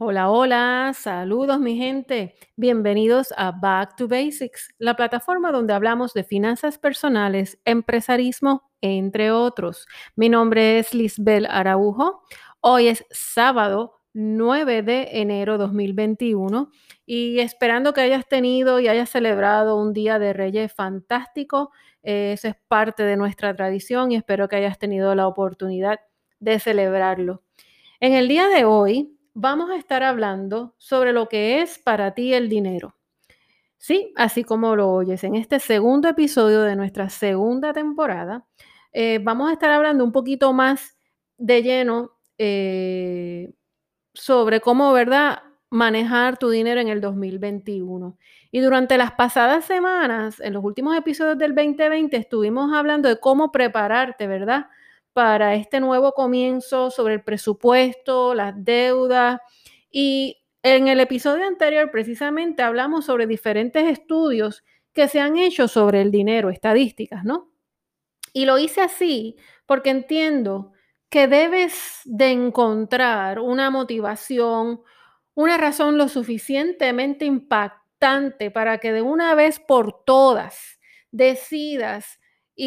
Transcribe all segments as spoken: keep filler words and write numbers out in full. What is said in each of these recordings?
Hola, hola, saludos mi gente. Bienvenidos a Back to Basics, la plataforma donde hablamos de finanzas personales, empresarismo, entre otros. Mi nombre es Lisbel Araujo. Hoy es sábado nueve de enero dos mil veintiuno y esperando que hayas tenido y hayas celebrado un día de Reyes fantástico. Eh, eso es parte de nuestra tradición y espero que hayas tenido la oportunidad de celebrarlo. En el día de hoy vamos a estar hablando sobre lo que es para ti el dinero. Sí, así como lo oyes, en este segundo episodio de nuestra segunda temporada, eh, vamos a estar hablando un poquito más de lleno eh, sobre cómo, ¿verdad?, manejar tu dinero en el dos mil veintiuno. Y durante las pasadas semanas, en los últimos episodios del veinte veinte, estuvimos hablando de cómo prepararte, ¿verdad?, para este nuevo comienzo, sobre el presupuesto, las deudas. Y en el episodio anterior, precisamente, hablamos sobre diferentes estudios que se han hecho sobre el dinero, estadísticas, ¿no? Y lo hice así porque entiendo que debes de encontrar una motivación, una razón lo suficientemente impactante para que de una vez por todas decidas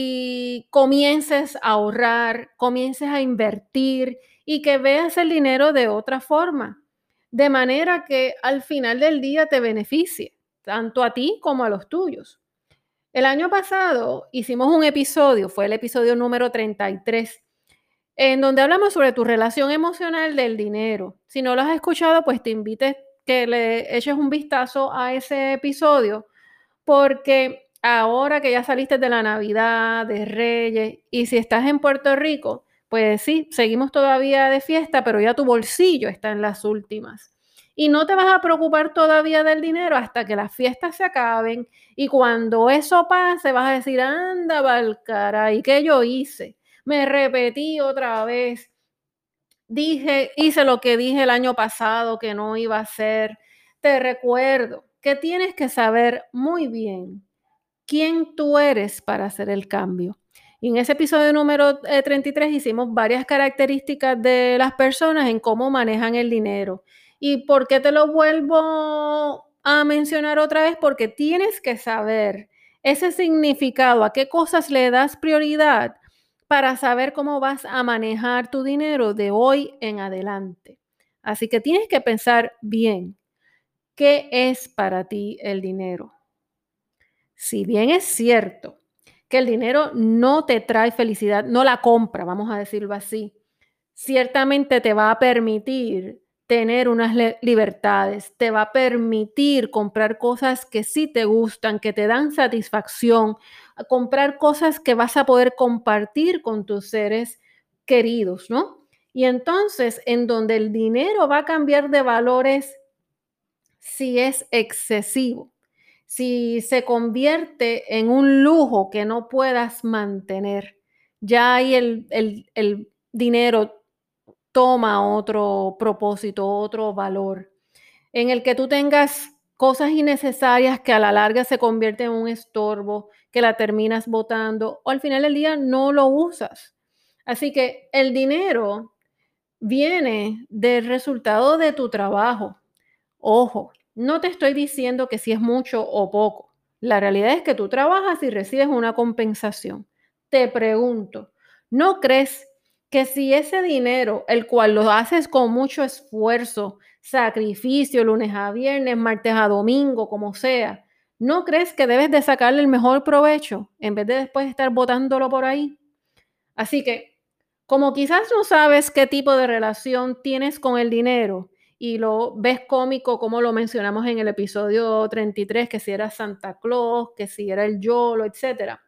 y comiences a ahorrar, comiences a invertir y que veas el dinero de otra forma, de manera que al final del día te beneficie, tanto a ti como a los tuyos. El año pasado hicimos un episodio, fue el episodio número treinta y tres, en donde hablamos sobre tu relación emocional del dinero. Si no lo has escuchado, pues te invito a que le eches un vistazo a ese episodio, porque ahora que ya saliste de la Navidad, de Reyes, y si estás en Puerto Rico, pues sí, seguimos todavía de fiesta, pero ya tu bolsillo está en las últimas. Y no te vas a preocupar todavía del dinero hasta que las fiestas se acaben. Y cuando eso pase, vas a decir, anda, Valcaray, ¿qué yo hice? Me repetí otra vez. Dije, hice lo que dije el año pasado que no iba a hacer. Te recuerdo que tienes que saber muy bien quién tú eres para hacer el cambio. Y en ese episodio número eh, treinta y tres hicimos varias características de las personas en cómo manejan el dinero. ¿Y por qué te lo vuelvo a mencionar otra vez? Porque tienes que saber ese significado, a qué cosas le das prioridad para saber cómo vas a manejar tu dinero de hoy en adelante. Así que tienes que pensar bien, ¿qué es para ti el dinero? Si bien es cierto que el dinero no te trae felicidad, no la compra, vamos a decirlo así, ciertamente te va a permitir tener unas le- libertades, te va a permitir comprar cosas que sí te gustan, que te dan satisfacción, a comprar cosas que vas a poder compartir con tus seres queridos, ¿no? Y entonces, en donde el dinero va a cambiar de valores si es excesivo, si se convierte en un lujo que no puedas mantener, ya ahí el, el, el dinero toma otro propósito, otro valor, en el que tú tengas cosas innecesarias que a la larga se convierten en un estorbo, que la terminas botando o al final del día no lo usas. Así que el dinero viene del resultado de tu trabajo. Ojo, no te estoy diciendo que si es mucho o poco. La realidad es que tú trabajas y recibes una compensación. Te pregunto, ¿no crees que si ese dinero, el cual lo haces con mucho esfuerzo, sacrificio, lunes a viernes, martes a domingo, como sea, ¿no crees que debes de sacarle el mejor provecho en vez de después estar botándolo por ahí? Así que, como quizás no sabes qué tipo de relación tienes con el dinero y lo ves cómico, como lo mencionamos en el episodio treinta y tres, que si era Santa Claus, que si era el YOLO, etcétera.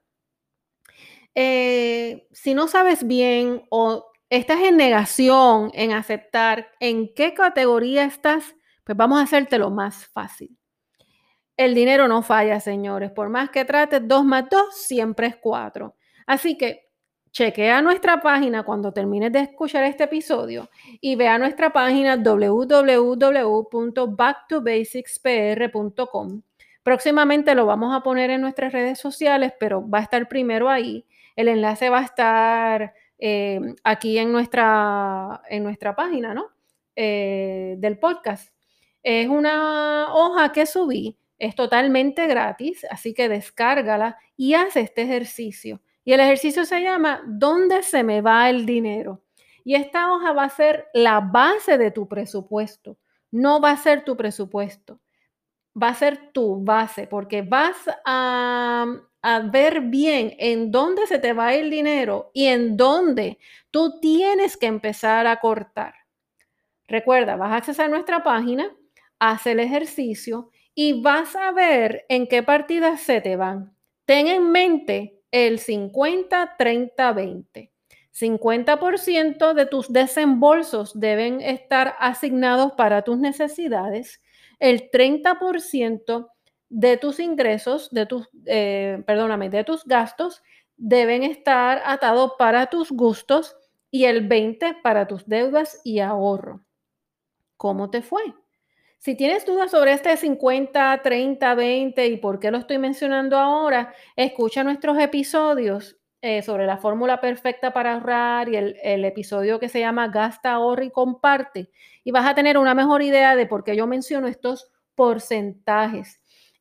Eh, si no sabes bien o estás en negación en aceptar en qué categoría estás, pues vamos a hacértelo más fácil. El dinero no falla, señores. Por más que trates, dos más dos siempre es cuatro. Así que chequea nuestra página cuando termines de escuchar este episodio y vea nuestra página w w w punto back to basics p r punto com. Próximamente lo vamos a poner en nuestras redes sociales, pero va a estar primero ahí. El enlace va a estar eh, aquí en nuestra, en nuestra página, ¿no? eh, del podcast. Es una hoja que subí, es totalmente gratis, así que descárgala y haz este ejercicio. Y el ejercicio se llama ¿Dónde se me va el dinero? Y esta hoja va a ser la base de tu presupuesto, no va a ser tu presupuesto, va a ser tu base, porque vas a, a ver bien en dónde se te va el dinero y en dónde tú tienes que empezar a cortar. Recuerda, vas a accesar a nuestra página, haz el ejercicio y vas a ver en qué partidas se te van. Ten en mente el cincuenta, treinta, veinte. cincuenta por ciento de tus desembolsos deben estar asignados para tus necesidades. El treinta por ciento de tus ingresos, de tus, eh, perdóname, de tus gastos deben estar atados para tus gustos y el veinte por ciento para tus deudas y ahorro. ¿Cómo te fue? Si tienes dudas sobre este cincuenta, treinta, veinte y por qué lo estoy mencionando ahora, escucha nuestros episodios eh, sobre la fórmula perfecta para ahorrar y el, el episodio que se llama Gasta, ahorra y comparte. Y vas a tener una mejor idea de por qué yo menciono estos porcentajes.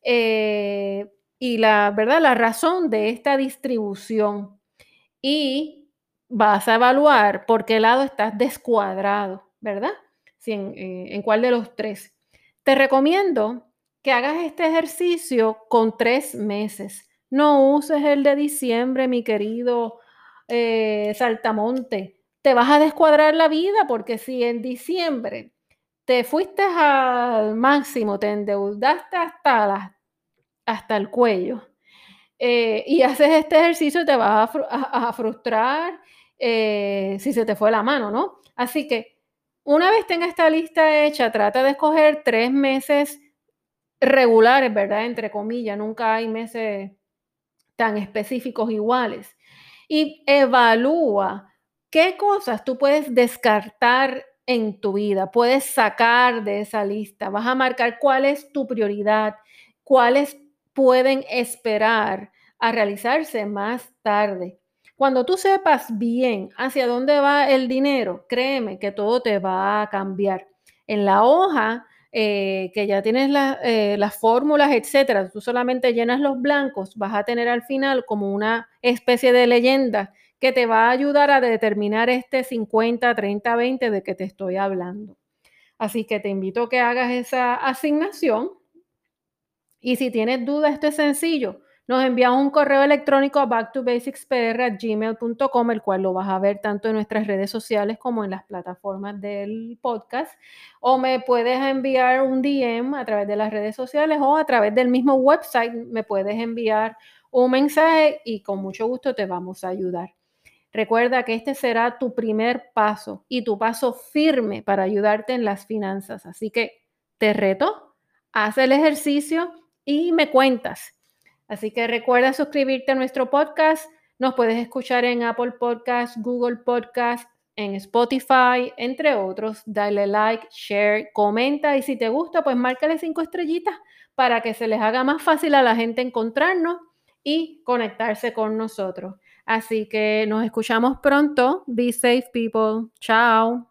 Eh, y la verdad, la razón de esta distribución. Y vas a evaluar por qué lado estás descuadrado, ¿verdad? Si en, eh, en cuál de los tres. Te recomiendo que hagas este ejercicio con tres meses. No uses el de diciembre, mi querido eh, Saltamonte. Te vas a descuadrar la vida porque si en diciembre te fuiste al máximo, te endeudaste hasta, la- hasta el cuello eh, y haces este ejercicio, te vas a, fru- a- a frustrar eh, si se te fue la mano, ¿no? Así que una vez tenga esta lista hecha, trata de escoger tres meses regulares, ¿verdad? Entre comillas, nunca hay meses tan específicos iguales. Y evalúa qué cosas tú puedes descartar en tu vida, puedes sacar de esa lista, vas a marcar cuál es tu prioridad, cuáles pueden esperar a realizarse más tarde. Cuando tú sepas bien hacia dónde va el dinero, créeme que todo te va a cambiar. En la hoja eh, que ya tienes la, eh, las fórmulas, etcétera, tú solamente llenas los blancos, vas a tener al final como una especie de leyenda que te va a ayudar a determinar este cincuenta, treinta, veinte de que te estoy hablando. Así que te invito a que hagas esa asignación y si tienes dudas, esto es sencillo. Nos envías un correo electrónico a back to basics p r at gmail punto com, el cual lo vas a ver tanto en nuestras redes sociales como en las plataformas del podcast. O me puedes enviar un D M a través de las redes sociales o a través del mismo website me puedes enviar un mensaje y con mucho gusto te vamos a ayudar. Recuerda que este será tu primer paso y tu paso firme para ayudarte en las finanzas. Así que te reto, haz el ejercicio y me cuentas. Así que recuerda suscribirte a nuestro podcast. Nos puedes escuchar en Apple Podcast, Google Podcast, en Spotify, entre otros. Dale like, share, comenta y si te gusta, pues márcale cinco estrellitas para que se les haga más fácil a la gente encontrarnos y conectarse con nosotros. Así que nos escuchamos pronto. Be safe, people. Chao.